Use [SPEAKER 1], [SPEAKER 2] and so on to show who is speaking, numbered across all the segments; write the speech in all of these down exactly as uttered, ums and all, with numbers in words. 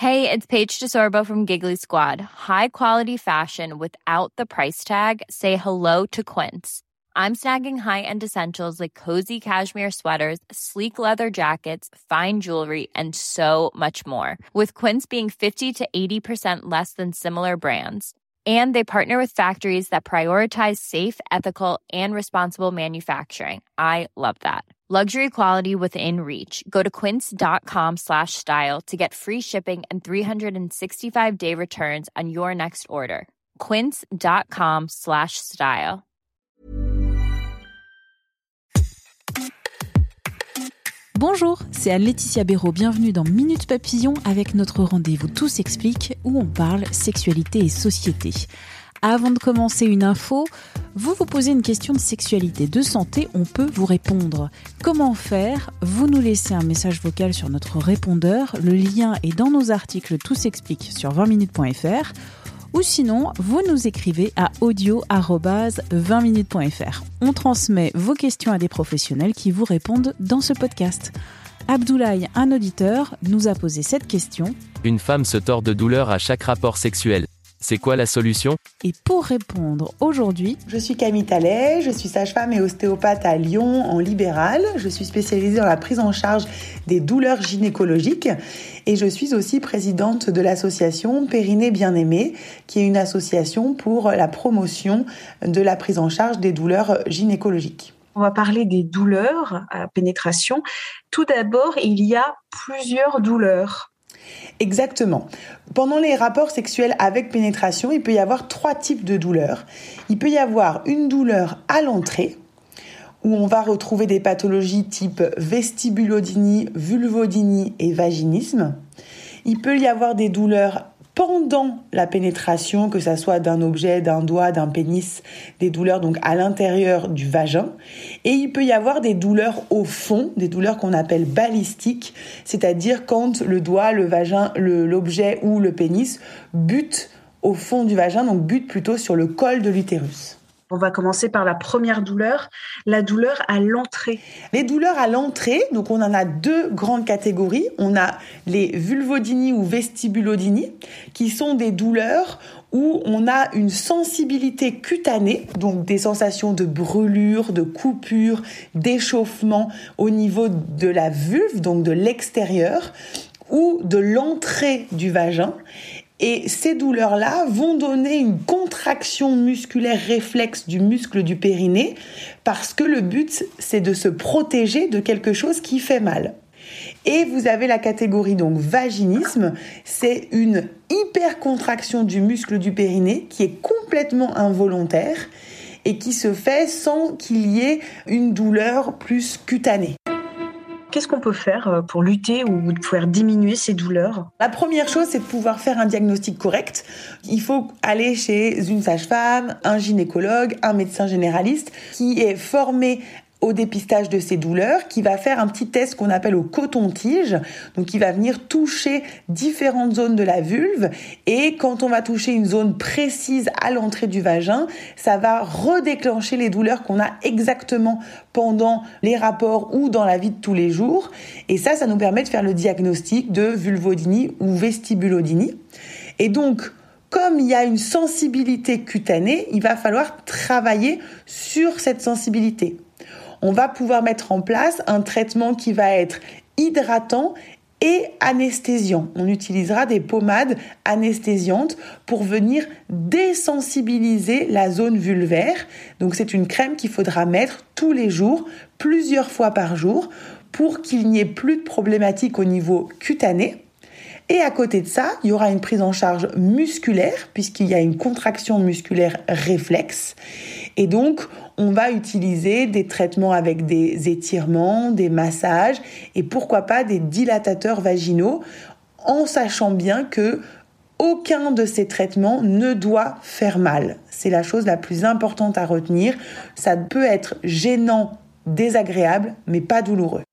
[SPEAKER 1] Hey, it's Paige DeSorbo from Giggly Squad. High quality fashion without the price tag. Say hello to Quince. I'm snagging high-end essentials like cozy cashmere sweaters, sleek leather jackets, fine jewelry, and so much more. With Quince being fifty to eighty percent less than similar brands. And they partner with factories that prioritize safe, ethical, and responsible manufacturing. I love that. Luxury quality within reach. Go to quince.com slash style to get free shipping and three sixty-five day returns on your next order. Quince.com slash style.
[SPEAKER 2] Bonjour, c'est Anne-Laetitia Béraud. Bienvenue dans Minute Papillon avec notre rendez-vous Tout s'explique où on parle sexualité et société. Avant de commencer une info, vous vous posez une question de sexualité, de santé, on peut vous répondre. Comment faire ? Vous nous laissez un message vocal sur notre répondeur. Le lien est dans nos articles Tout s'explique sur vingt minutes point f r. Ou sinon, vous nous écrivez à audio arobase vingt minutes point f r. On transmet vos questions à des professionnels qui vous répondent dans ce podcast. Abdoulaye, un auditeur, nous a posé cette question.
[SPEAKER 3] Une femme se tord de douleur à chaque rapport sexuel. C'est quoi la solution ?
[SPEAKER 2] Et pour répondre aujourd'hui...
[SPEAKER 4] Je suis Camille Tallet, je suis sage-femme et ostéopathe à Lyon en libéral. Je suis spécialisée dans la prise en charge des douleurs gynécologiques et je suis aussi présidente de l'association Périnée Bien-Aimée, qui est une association pour la promotion de la prise en charge des douleurs gynécologiques.
[SPEAKER 5] On va parler des douleurs à pénétration. Tout d'abord, il y a plusieurs douleurs.
[SPEAKER 4] Exactement. Pendant les rapports sexuels avec pénétration, il peut y avoir trois types de douleurs. Il peut y avoir une douleur à l'entrée, où on va retrouver des pathologies type vestibulodynie, vulvodynie et vaginisme. Il peut y avoir des douleurs pendant la pénétration, que ça soit d'un objet, d'un doigt, d'un pénis, des douleurs donc à l'intérieur du vagin. Et il peut y avoir des douleurs au fond, des douleurs qu'on appelle balistiques, c'est-à-dire quand le doigt, le vagin, le, l'objet ou le pénis bute au fond du vagin, donc bute plutôt sur le col de l'utérus.
[SPEAKER 5] On va commencer par la première douleur, la douleur à l'entrée.
[SPEAKER 4] Les douleurs à l'entrée, donc on en a deux grandes catégories. On a les vulvodynies ou vestibulodynies, qui sont des douleurs où on a une sensibilité cutanée, donc des sensations de brûlure, de coupure, d'échauffement au niveau de la vulve, donc de l'extérieur, ou de l'entrée du vagin. Et ces douleurs-là vont donner une contraction musculaire réflexe du muscle du périnée parce que le but, c'est de se protéger de quelque chose qui fait mal. Et vous avez la catégorie donc vaginisme, c'est une hypercontraction du muscle du périnée qui est complètement involontaire et qui se fait sans qu'il y ait une douleur plus cutanée.
[SPEAKER 5] Qu'est-ce qu'on peut faire pour lutter ou pouvoir diminuer ces douleurs ?
[SPEAKER 4] La première chose, c'est de pouvoir faire un diagnostic correct. Il faut aller chez une sage-femme, un gynécologue, un médecin généraliste qui est formé au dépistage de ces douleurs, qui va faire un petit test qu'on appelle au coton-tige. Donc, il va venir toucher différentes zones de la vulve. Et quand on va toucher une zone précise à l'entrée du vagin, ça va redéclencher les douleurs qu'on a exactement pendant les rapports ou dans la vie de tous les jours. Et ça, ça nous permet de faire le diagnostic de vulvodynie ou vestibulodynie. Et donc, comme il y a une sensibilité cutanée, il va falloir travailler sur cette sensibilité. On va pouvoir mettre en place un traitement qui va être hydratant et anesthésiant. On utilisera des pommades anesthésiantes pour venir désensibiliser la zone vulvaire. Donc c'est une crème qu'il faudra mettre tous les jours, plusieurs fois par jour, pour qu'il n'y ait plus de problématiques au niveau cutané. Et à côté de ça, il y aura une prise en charge musculaire, puisqu'il y a une contraction musculaire réflexe. Et donc, on va utiliser des traitements avec des étirements, des massages et pourquoi pas des dilatateurs vaginaux, en sachant bien que aucun de ces traitements ne doit faire mal. C'est la chose la plus importante à retenir. Ça peut être gênant, désagréable, mais pas douloureux.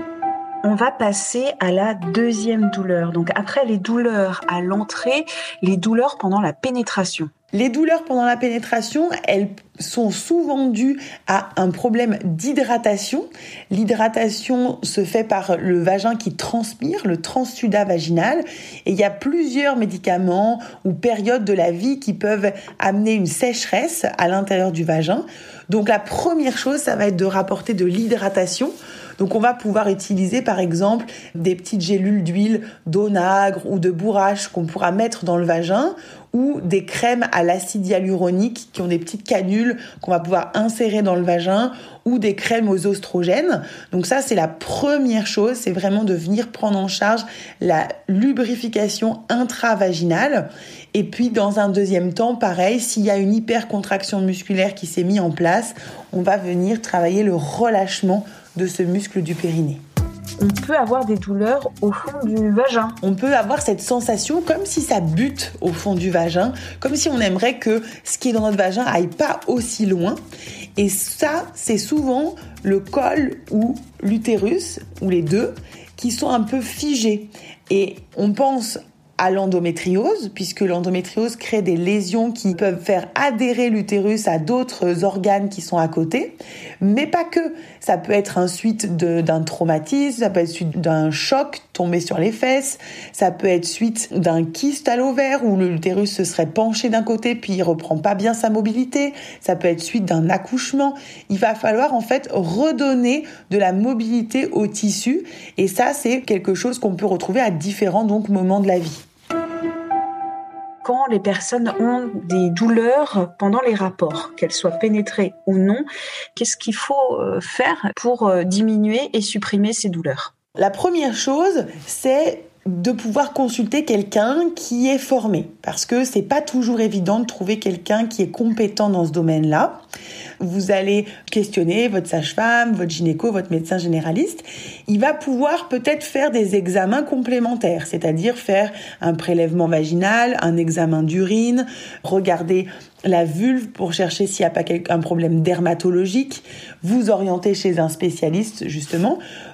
[SPEAKER 5] On va passer à la deuxième douleur. Donc après les douleurs à l'entrée, les douleurs pendant la pénétration.
[SPEAKER 4] Les douleurs pendant la pénétration, elles sont souvent dues à un problème d'hydratation. L'hydratation se fait par le vagin qui transpire, le transsudat vaginal. Et il y a plusieurs médicaments ou périodes de la vie qui peuvent amener une sécheresse à l'intérieur du vagin. Donc la première chose, ça va être de rapporter de l'hydratation. Donc on va pouvoir utiliser par exemple des petites gélules d'huile d'onagre ou de bourrache qu'on pourra mettre dans le vagin, ou des crèmes à l'acide hyaluronique qui ont des petites canules qu'on va pouvoir insérer dans le vagin, ou des crèmes aux oestrogènes. Donc ça, c'est la première chose, c'est vraiment de venir prendre en charge la lubrification intravaginale. Et puis dans un deuxième temps, pareil, s'il y a une hypercontraction musculaire qui s'est mise en place, on va venir travailler le relâchement de ce muscle du périnée.
[SPEAKER 5] On peut avoir des douleurs au fond du vagin.
[SPEAKER 4] On peut avoir cette sensation comme si ça bute au fond du vagin, comme si on aimerait que ce qui est dans notre vagin aille pas aussi loin. Et ça, c'est souvent le col ou l'utérus, ou les deux, qui sont un peu figés. Et on pense à l'endométriose, puisque l'endométriose crée des lésions qui peuvent faire adhérer l'utérus à d'autres organes qui sont à côté, mais pas que. Ça peut être un suite de, d'un traumatisme, ça peut être suite d'un choc tombé sur les fesses, ça peut être suite d'un kyste à l'ovaire où l'utérus se serait penché d'un côté puis il reprend pas bien sa mobilité, ça peut être suite d'un accouchement. Il va falloir en fait redonner de la mobilité au tissu, et ça c'est quelque chose qu'on peut retrouver à différents donc moments de la vie.
[SPEAKER 5] Quand les personnes ont des douleurs pendant les rapports, qu'elles soient pénétrées ou non, qu'est-ce qu'il faut faire pour diminuer et supprimer ces douleurs ?
[SPEAKER 4] La première chose, c'est de pouvoir consulter quelqu'un qui est formé, parce que c'est pas toujours évident de trouver quelqu'un qui est compétent dans ce domaine-là. Vous allez questionner votre sage-femme, votre gynéco, votre médecin généraliste. Il va pouvoir peut-être faire des examens complémentaires, c'est-à-dire faire un prélèvement vaginal, un examen d'urine, regarder la vulve pour chercher s'il n'y a pas un problème dermatologique, vous orienter chez un spécialiste justement.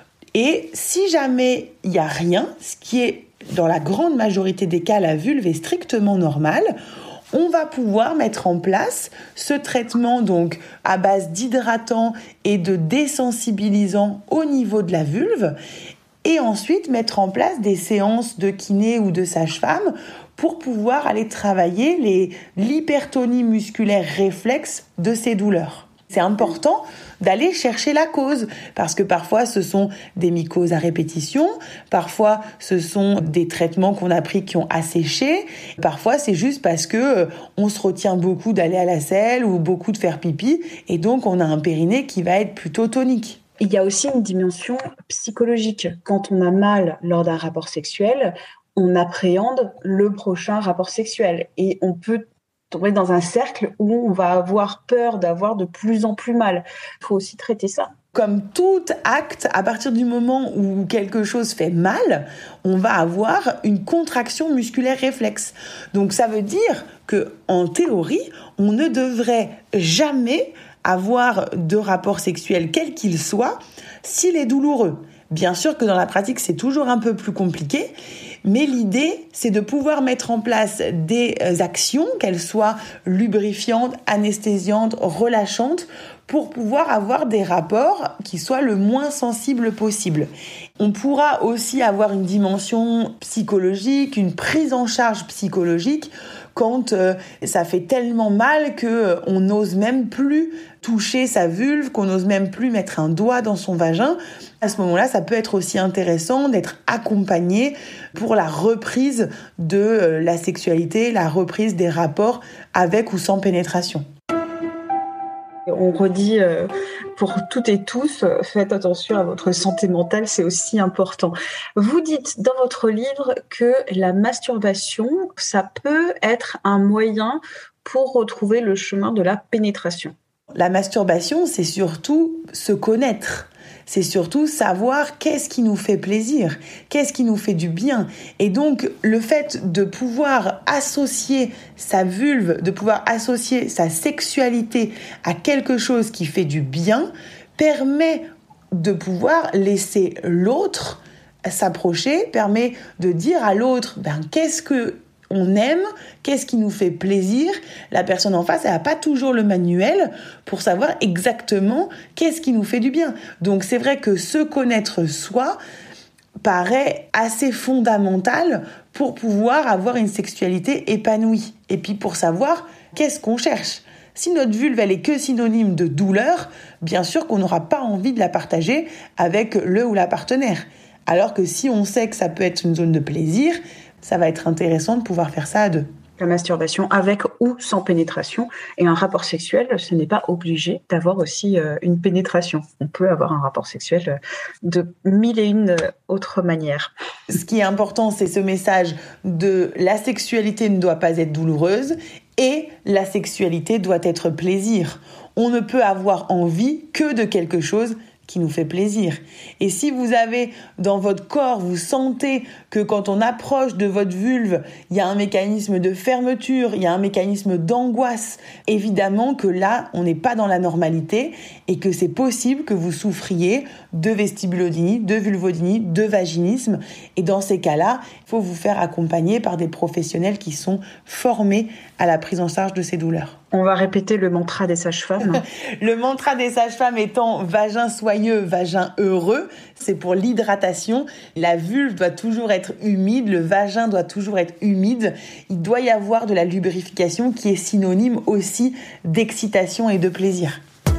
[SPEAKER 4] Et si jamais il n'y a rien, ce qui est dans la grande majorité des cas, la vulve est strictement normale, on va pouvoir mettre en place ce traitement donc à base d'hydratants et de désensibilisants au niveau de la vulve, et ensuite mettre en place des séances de kiné ou de sage-femme pour pouvoir aller travailler les, l'hypertonie musculaire réflexe de ces douleurs. C'est important d'aller chercher la cause, parce que parfois ce sont des mycoses à répétition, parfois ce sont des traitements qu'on a pris qui ont asséché, parfois c'est juste parce que euh, on se retient beaucoup d'aller à la selle ou beaucoup de faire pipi, et donc on a un périnée qui va être plutôt tonique.
[SPEAKER 5] Il y a aussi une dimension psychologique. Quand on a mal lors d'un rapport sexuel, on appréhende le prochain rapport sexuel, et on peut tomber dans un cercle où on va avoir peur d'avoir de plus en plus mal. Il faut aussi traiter ça.
[SPEAKER 4] Comme tout acte, à partir du moment où quelque chose fait mal, on va avoir une contraction musculaire réflexe. Donc ça veut dire que, en théorie, on ne devrait jamais avoir de rapport sexuel, quel qu'il soit, s'il est douloureux. Bien sûr que dans la pratique, c'est toujours un peu plus compliqué, mais l'idée, c'est de pouvoir mettre en place des actions, qu'elles soient lubrifiantes, anesthésiantes, relâchantes, pour pouvoir avoir des rapports qui soient le moins sensibles possible. On pourra aussi avoir une dimension psychologique, une prise en charge psychologique, quand euh, ça fait tellement mal que euh, on n'ose même plus toucher sa vulve, qu'on n'ose même plus mettre un doigt dans son vagin. À ce moment-là, ça peut être aussi intéressant d'être accompagné pour la reprise de euh, la sexualité, la reprise des rapports avec ou sans pénétration.
[SPEAKER 5] On redit euh, pour toutes et tous, euh, faites attention à votre santé mentale, c'est aussi important. Vous dites dans votre livre que la masturbation, ça peut être un moyen pour retrouver le chemin de la pénétration.
[SPEAKER 4] La masturbation, c'est surtout se connaître. C'est surtout savoir qu'est-ce qui nous fait plaisir, qu'est-ce qui nous fait du bien. Et donc, le fait de pouvoir associer sa vulve, de pouvoir associer sa sexualité à quelque chose qui fait du bien, permet de pouvoir laisser l'autre s'approcher, permet de dire à l'autre, ben, qu'est-ce que on aime, qu'est-ce qui nous fait plaisir. La personne en face, elle n'a pas toujours le manuel pour savoir exactement qu'est-ce qui nous fait du bien. Donc c'est vrai que se connaître soi paraît assez fondamental pour pouvoir avoir une sexualité épanouie. Et puis pour savoir qu'est-ce qu'on cherche. Si notre vulve, elle est que synonyme de douleur, bien sûr qu'on n'aura pas envie de la partager avec le ou la partenaire. Alors que si on sait que ça peut être une zone de plaisir, ça va être intéressant de pouvoir faire ça à deux.
[SPEAKER 5] La masturbation avec ou sans pénétration. Et un rapport sexuel, ce n'est pas obligé d'avoir aussi euh, une pénétration. On peut avoir un rapport sexuel de mille et une autres manières.
[SPEAKER 4] Ce qui est important, c'est ce message de la sexualité ne doit pas être douloureuse et la sexualité doit être plaisir. On ne peut avoir envie que de quelque chose qui nous fait plaisir. Et si vous avez dans votre corps, vous sentez que quand on approche de votre vulve, il y a un mécanisme de fermeture, il y a un mécanisme d'angoisse, évidemment que là, on n'est pas dans la normalité et que c'est possible que vous souffriez de vestibulodynie, de vulvodynie, de vaginisme. Et dans ces cas-là, il faut vous faire accompagner par des professionnels qui sont formés à la prise en charge de ces douleurs.
[SPEAKER 5] On va répéter le mantra des sages-femmes.
[SPEAKER 4] Le mantra des sages-femmes étant vagin soyeux, vagin heureux, c'est pour l'hydratation. La vulve doit toujours être humide, le vagin doit toujours être humide. Il doit y avoir de la lubrification qui est synonyme aussi d'excitation et de plaisir.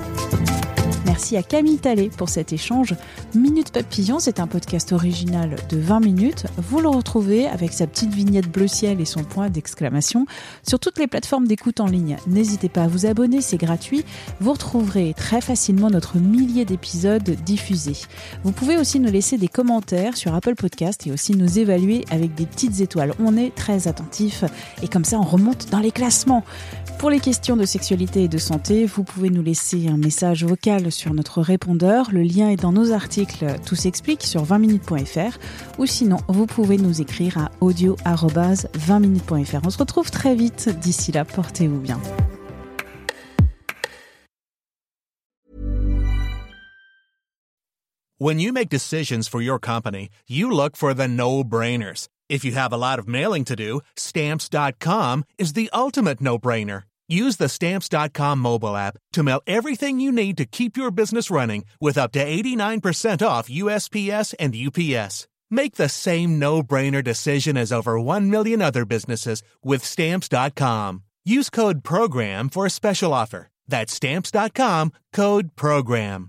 [SPEAKER 2] Merci à Camille Tallet pour cet échange. Minute Papillon, c'est un podcast original de vingt minutes. Vous le retrouvez avec sa petite vignette bleu ciel et son point d'exclamation sur toutes les plateformes d'écoute en ligne. N'hésitez pas à vous abonner, c'est gratuit. Vous retrouverez très facilement notre millier d'épisodes diffusés. Vous pouvez aussi nous laisser des commentaires sur Apple Podcast et aussi nous évaluer avec des petites étoiles. On est très attentifs et comme ça on remonte dans les classements. Pour les questions de sexualité et de santé, vous pouvez nous laisser un message vocal sur notre répondeur. Le lien est dans nos articles Tout s'explique sur vingt minutes point f r ou sinon, vous pouvez nous écrire à audio arobase vingt minutes point f r. On se retrouve très vite. D'ici là, portez-vous bien.
[SPEAKER 6] When you make decisions for your company, you look for the no-brainers. If you have a lot of mailing to do, Stamps dot com is the ultimate no-brainer. Use the Stamps dot com mobile app to mail everything you need to keep your business running with up to eighty-nine percent off U S P S and U P S. Make the same no-brainer decision as over one million other businesses with Stamps dot com. Use code PROGRAM for a special offer. That's Stamps dot com, code PROGRAM.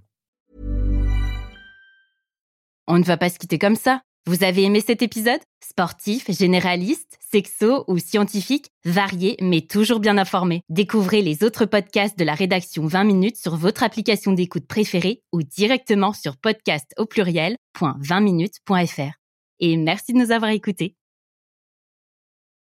[SPEAKER 7] On ne va pas se quitter comme ça. Vous avez aimé cet épisode ? Sportif, généraliste, sexo ou scientifique, varié mais toujours bien informé. Découvrez les autres podcasts de la rédaction vingt minutes sur votre application d'écoute préférée ou directement sur podcast au pluriel point vingt minutes point f r. Et merci de nous avoir écoutés.